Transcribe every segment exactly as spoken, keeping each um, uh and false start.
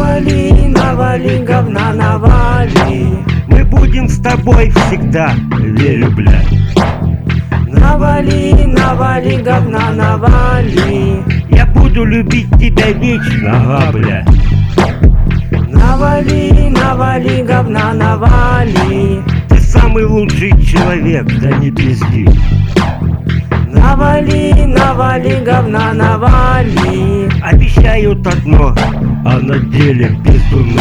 Навали, навали, говна навали. Мы будем с тобой всегда, верю, бля. Навали, навали, говна навали. Я буду любить тебя вечно, ага, бля. Навали, навали, говна навали. Ты самый лучший человек, да не пизди. Навали, навали, говна навали. Обещают одно, а на деле пиздуны.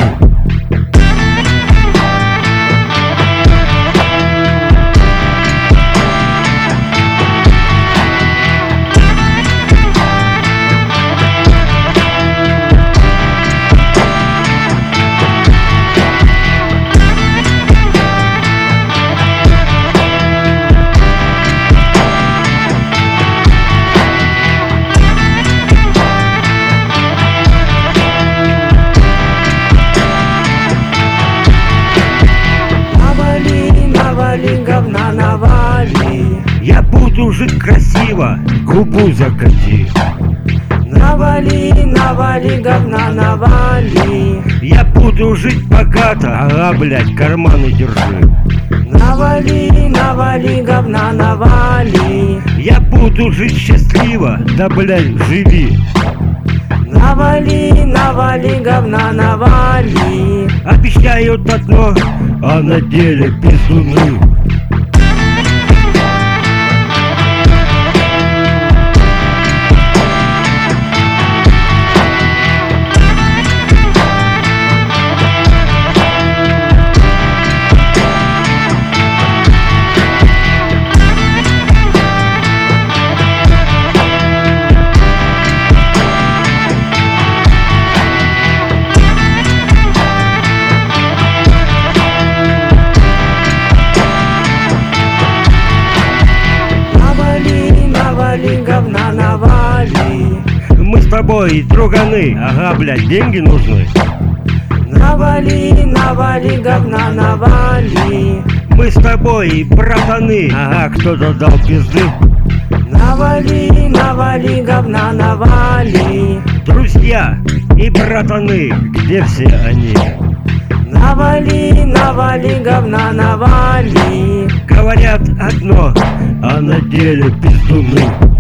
Говна навали. Я буду жить красиво, губу закати. Навали, навали, говна навали. Я буду жить богато, ага, блядь, карманы держи. Навали, навали, говна навали. Я буду жить счастливо, да, блядь, живи. Навали, навали, говна навали. Обещают одно, а на деле пиздуны. Говна навали. Мы с тобой друганы, ага, блядь, деньги нужны. Навали, навали, говна навали. Мы с тобой братаны, ага, кто-то дал пизды. Навали, навали, говна навали. Друзья и братаны, где все они? Навали, навали, говна навали. Говорят одно, а на деле пиздуны.